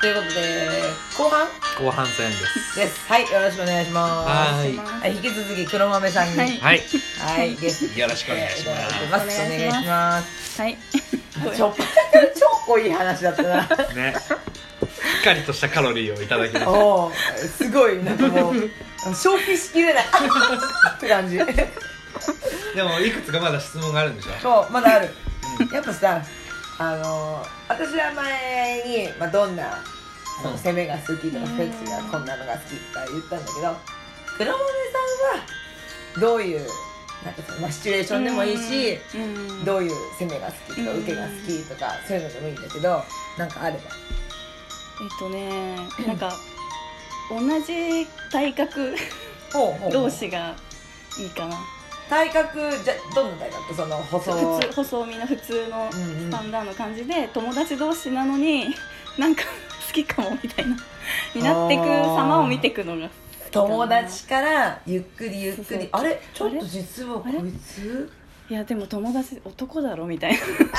ということで後半戦です。 はい、よろしくお願いします。 はい、 引き続き黒豆さんにはいゲストよろしくお願いします。 お願いします。 はい。 超濃い話だったな。 ね。しっかりとしたカロリーをいただきました。 おー、すごいなんかもう消費しきれないって感じ。 でもいくつかまだ質問があるんでしょ。 そう、まだある。やっぱさ、私は前に、どんなその攻めが好きとかフェチがこんなのが好きとか言ったんだけど、黒豆さんはどういうなんかその、シチュエーションでもいいし、どういう攻めが好きとか受けが好きとかそういうのでもいいんだけど、なんかあれば。 なんか同じ体格同士がいいかな。 体格じゃどんな体格？その細身の普通のスタンダードの感じで、友達同士なのになんか好きかもみたいなになってく様を見てくのが友達からゆっくりあれちょっと実はこいついやでも友達男だろみたいな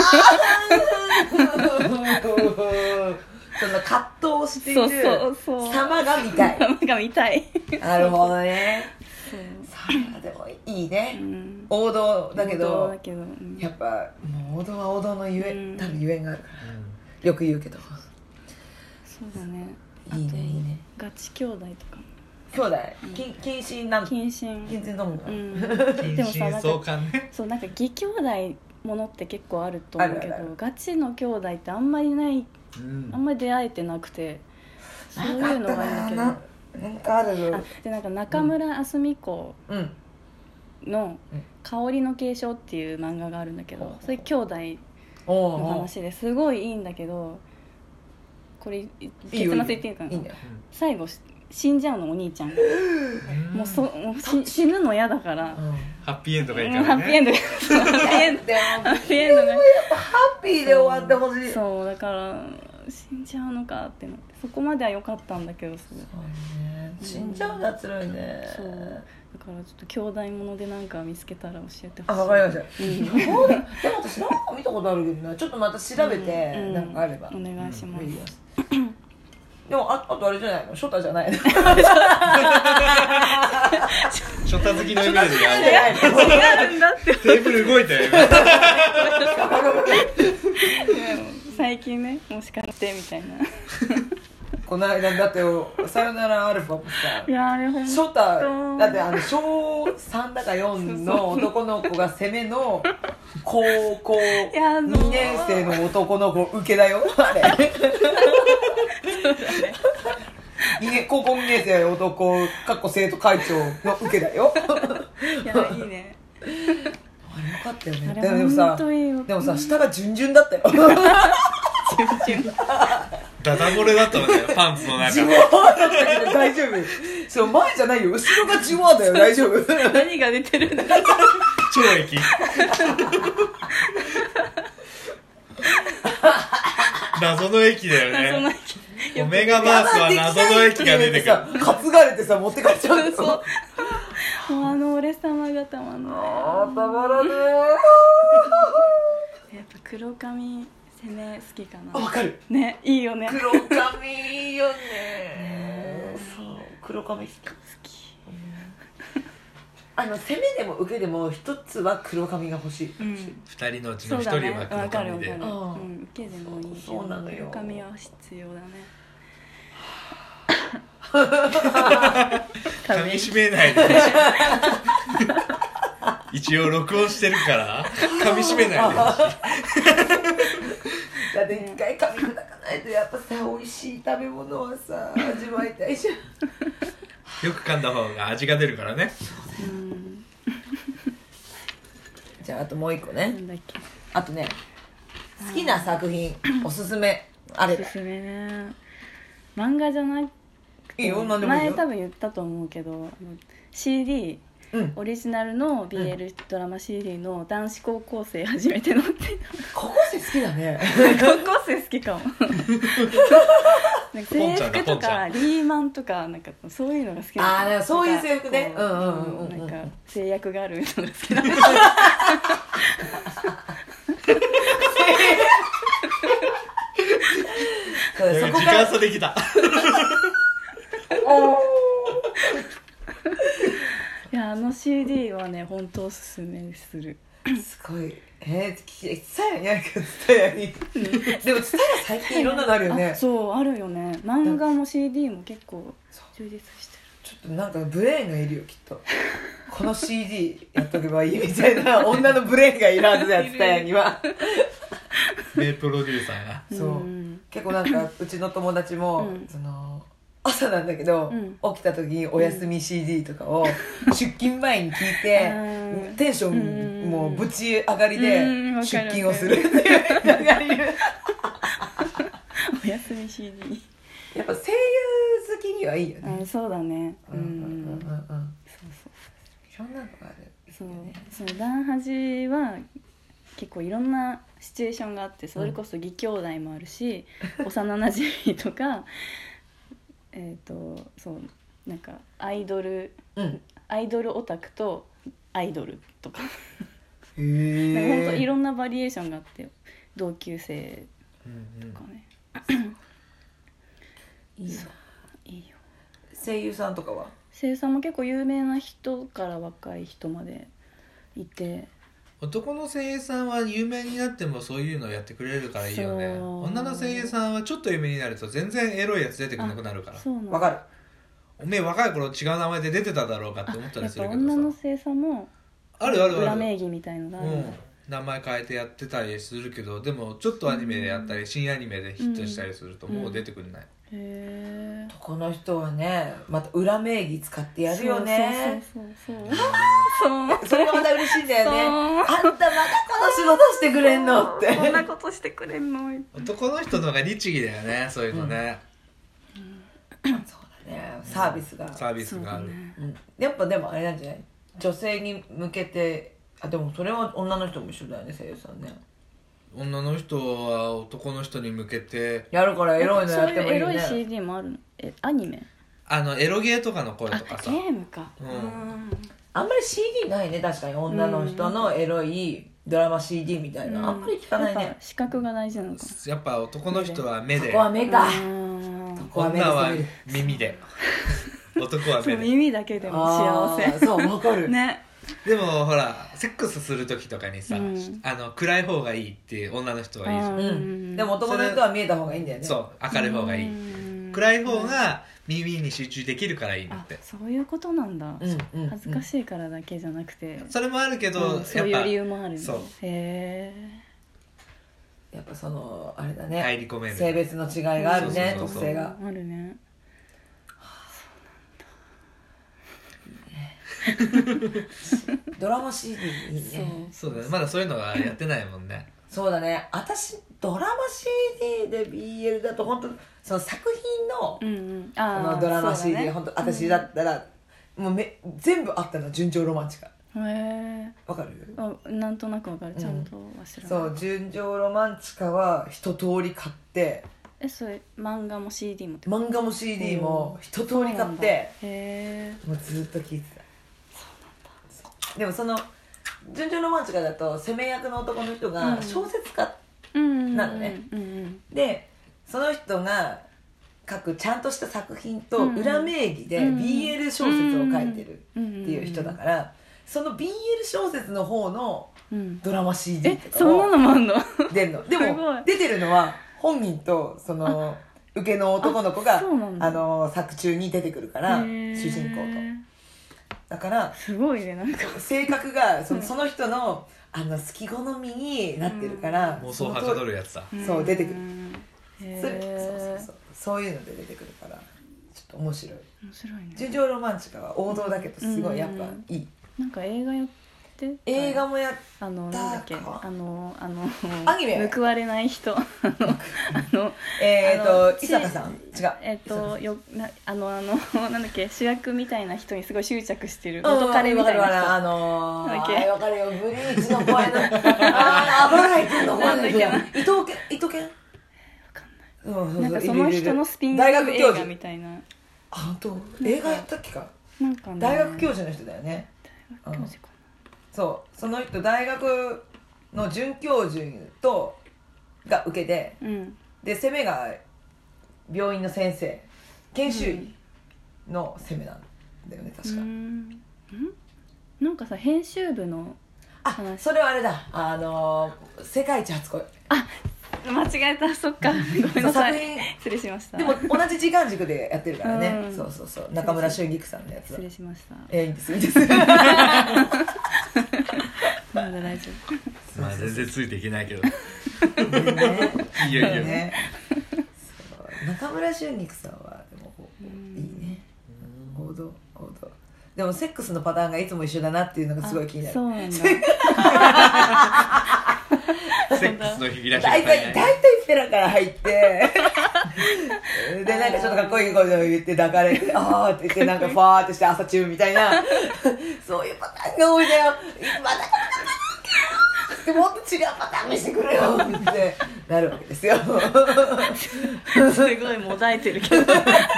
その葛藤をしている様が見たい。 様が見たい。 なるほどね。さあでもいいね、王道だけど、やっぱもう王道は王道の多分ゆえんがあるから、よく言うけど。 そうだね。 いいねいいね。 ガチ兄弟とか兄弟、近親なん近親ともでもさ、 相関ね。 そうなんか義兄弟ものって結構あると思うけど、ガチの兄弟ってあんまりない、あんまり出会えてなくて、そういうのがいいんだけど。 なんかある。 でなんか中村あすみ子の「香りの継承」っていう漫画があるんだけど、それ兄弟の話ですごいいいんだけど、これ結末言っていいかな。最後死んじゃうの、お兄ちゃんが。もう死ぬの嫌だから、 ハッピーエンドがいいからね。 ハッピーエンドがハッピーで終わってほしい。 そうだから死んじゃうのかってなって、そこまでは良かったんだけど、 死んじゃうのは辛いね。 そうだからちょっと兄弟ものでなんか見つけたら教えてほしい。 わかりました。でも私なんか見たことあるけどな、ちょっとまた調べてなんかあればお願いします。 でもあとあれじゃないの、ショタじゃないの。ショタ好きのイメージがあるんだって。 テーブル動いてる。 最近ね、もしかしてみたいな。 この間だってさよならアルファもさ、 いやあれほんとショタだって小3だか4の男の子が攻めの高校2年生の男の子受けだよあれ。高校2年生の男生徒会長の受けだよ。 いやいいね。 あれよかったよね。でもさ下が順々だったよ。 ダダ漏れだったのね、パンツの中。 じわーだったけど大丈夫。そう、前じゃないよ、後ろがじわーだよ。大丈夫。 何が出てるんだ。 腸液。謎の液だよね。オメガバースは謎の液が出てくる。 担がれてさ持って帰っちゃうんですよ。 もう俺様がたまんない。 たまらねえ。やっぱ黒髪攻め好きかな。 わかるね、いいよね。 黒髪いいよね。そう、黒髪好き。攻めでも受けでも一つは黒髪が欲しい。 二人のうちの一人は黒髪で。 受けでもいいけど黒髪は必要だね。 噛み締めないで。一応録音してるから噛み締めないで。 だって一回噛み砕かないとやっぱさ、美味しい食べ物はさ味わいたいじゃん。 よく噛んだ方が味が出るからね。 じゃああともう一個ね。あとね、好きな作品おすすめあれば。 おすすめね。漫画じゃなくて、 いいよ、何でもいいよ。 前多分言ったと思うけど、CD、オリジナルの BL ドラマ CD の男子高校生初めてのって。 高校生好きだね。 高校生好きかも。なんか制服とかリーマンとかなんかそういうのが好きなの。 ああ、そういう制服ね。 なんか制約があるのが好きなの。 そこから噂できたいやCD はね本当おすすめする。 すごいツタヤにあるけどツタヤにでもツタヤ最近いろんなのあるよね。 そうあるよね。漫画も CD も結構充実してる。 ちょっとなんかブレーンがいるよきっとこの CD やっとけばいいみたいな女のブレーンがいるはずだよツタヤには名プロデューサーがそう、結構なんかうちの友達も、その朝なんだけど、起きた時にお休み CD とかを出勤前に聞いて、テンションもうぶち上がりで出勤をするっていう人がいるお休み CD やっぱ声優好きにはいいよね。 そうだね。 そうそういろんなのがある。 そうダンハジは結構いろんなシチュエーションがあって、それこそ義兄弟もあるし、幼なじみとかそうなんかアイドルオタクとアイドルとかほんといろんなバリエーションがあって、同級生とかね、 いいよいいよ。 声優さんとかは声優さんも結構有名な人から若い人までいて、 男の声優さんは有名になってもそういうのをやってくれるからいいよね。女の声優さんはちょっと有名になると全然エロいやつ出てくれなくなるから。 わかる。 おめえ若い頃違う名前で出てただろうかって思ったりするけどさ。 やっぱ女の声優さんもある裏名義みたいのがある、 名前変えてやってたりするけど、でもちょっとアニメでやったり、新アニメでヒットしたりするともう出てくれない。 この人はねまた裏名義使ってやるよね。それがまた嬉しいんだよね。あんたまたこの仕事してくれんのってこんなことしてくれんの。 男の人の方が律儀だよね、そういうのね。 そうだね、サービスがある。やっぱでもあれなんじゃない、女性に向けて。でもそれは女の人も一緒だよね、声優さんね。 女の人は男の人に向けてやるからエロいのやってもいいよね。 そういうエロい CD もあるの？アニメ？ エロゲーとかの声とかさ。 ゲームか。 あんまり CD ないね、確かに。女の人のエロいドラマ CD みたいな、あんまり聞かないね。 視覚が大事なのか。 やっぱ男の人は目で、 そこは目か。 女は耳で、男は目で。 耳だけでも幸せ。 そう、わかるね。 でもほらセックスする時とかにさ、暗い方がいいって女の人は言うじゃん。 でも男の人は見えた方がいいんだよね。 そう、明るい方がいい。暗い方が耳に集中できるからいいんだって。 そういうことなんだ。恥ずかしいからだけじゃなくて、 それもあるけど、 そういう理由もある。 そう。 へえ。やっぱそのあれだね、 入り込める性別の違いがあるね、特性があるね。 ドラマ CD いいね。 そうだね、まだそういうのはやってないもんね。 そうだね、私ドラマ CD で BL だと本当その作品のドラマ CD、本当私だったらもう全部あったの、純情ロマンチカ。へえ。 わかる？ なんとなくわかる、ちゃんとは知らない。 そう、純情ロマンチカは一通り買って、 それ漫画も CD も？ 漫画も CD も一通り買って、 もうずっと聴いてた。でもその純情ロマンチカだと攻め役の男の人が小説家なのね。でその人が書くちゃんとした作品と裏名義で BL 小説を書いてるっていう人だから、その BL 小説の方のドラマ CD とかそんなのもあんの？ 出んの。でも出てるのは本人とその受けの男の子が作中に出てくるから、主人公と。だからすごいね、なんか性格がその人の好き好みになってるから、 妄想はかどるやつだ。 そう出てくる。そういうので出てくるからちょっと面白い。純情ロマンチカは王道だけどすごいやっぱいい。 なんか映画やって、 映画もやったなんだっけ、 アニメ報われない人、 伊坂さん、違う、 なんだっけ、主役みたいな人にすごい執着してる元彼みたいな人。 わかるよ、ブリーチの声のアバライ君の声の人、伊藤健、 なんかその人のスピンオフ映画みたいな。 本当？映画やったっけか。大学教授の人だよね。大学教授かな。そう、その人大学の准教授が受けて、で攻めが病院の先生研修医の攻めなんだよね、確か。 なんかさ編集部の話、それはあれだ、世界一初恋。 間違えた、そっか、ごめんなさい、失礼しました。 でも同じ時間軸でやってるからね、そうそうそう、中村俊菊さんのやつ。 失礼しました。 いいんですいいんですまだ大丈夫。まあ全然ついていけないけどいやいやね、中村俊菊さんはでもいいね、王道。でもセックスのパターンがいつも一緒だなっていうのがすごい気になる。 そうなんだセックスの引き出し大体ペラから入ってでなんかちょっとかっこいい声を言って抱かれてあーって言ってなんかファーってして朝チューみたいなそういうパターンが多いんだよ。またもっと違うパターン見せてくれよってなるわけですよすごいもだえてるけど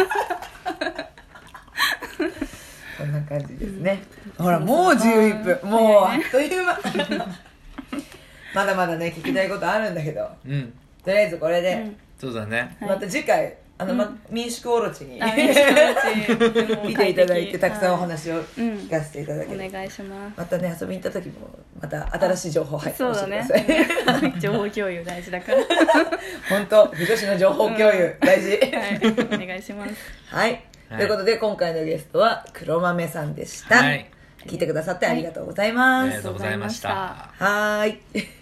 こんな感じですね。ほらもう11分、もうあっという間まだまだね聞きたいことあるんだけど、とりあえずこれで、 そうだね、 また次回民宿オロチに見ていただいてたくさんお話を聞かせていただける、 お願いします。 またね遊びに行った時もまた新しい情報入ってほしいください。 情報共有大事だから本当不女子の情報共有大事、 お願いします。 はい、ということで今回のゲストは黒豆さんでした。聞いてくださってありがとうございます。 ありがとうございました。 はい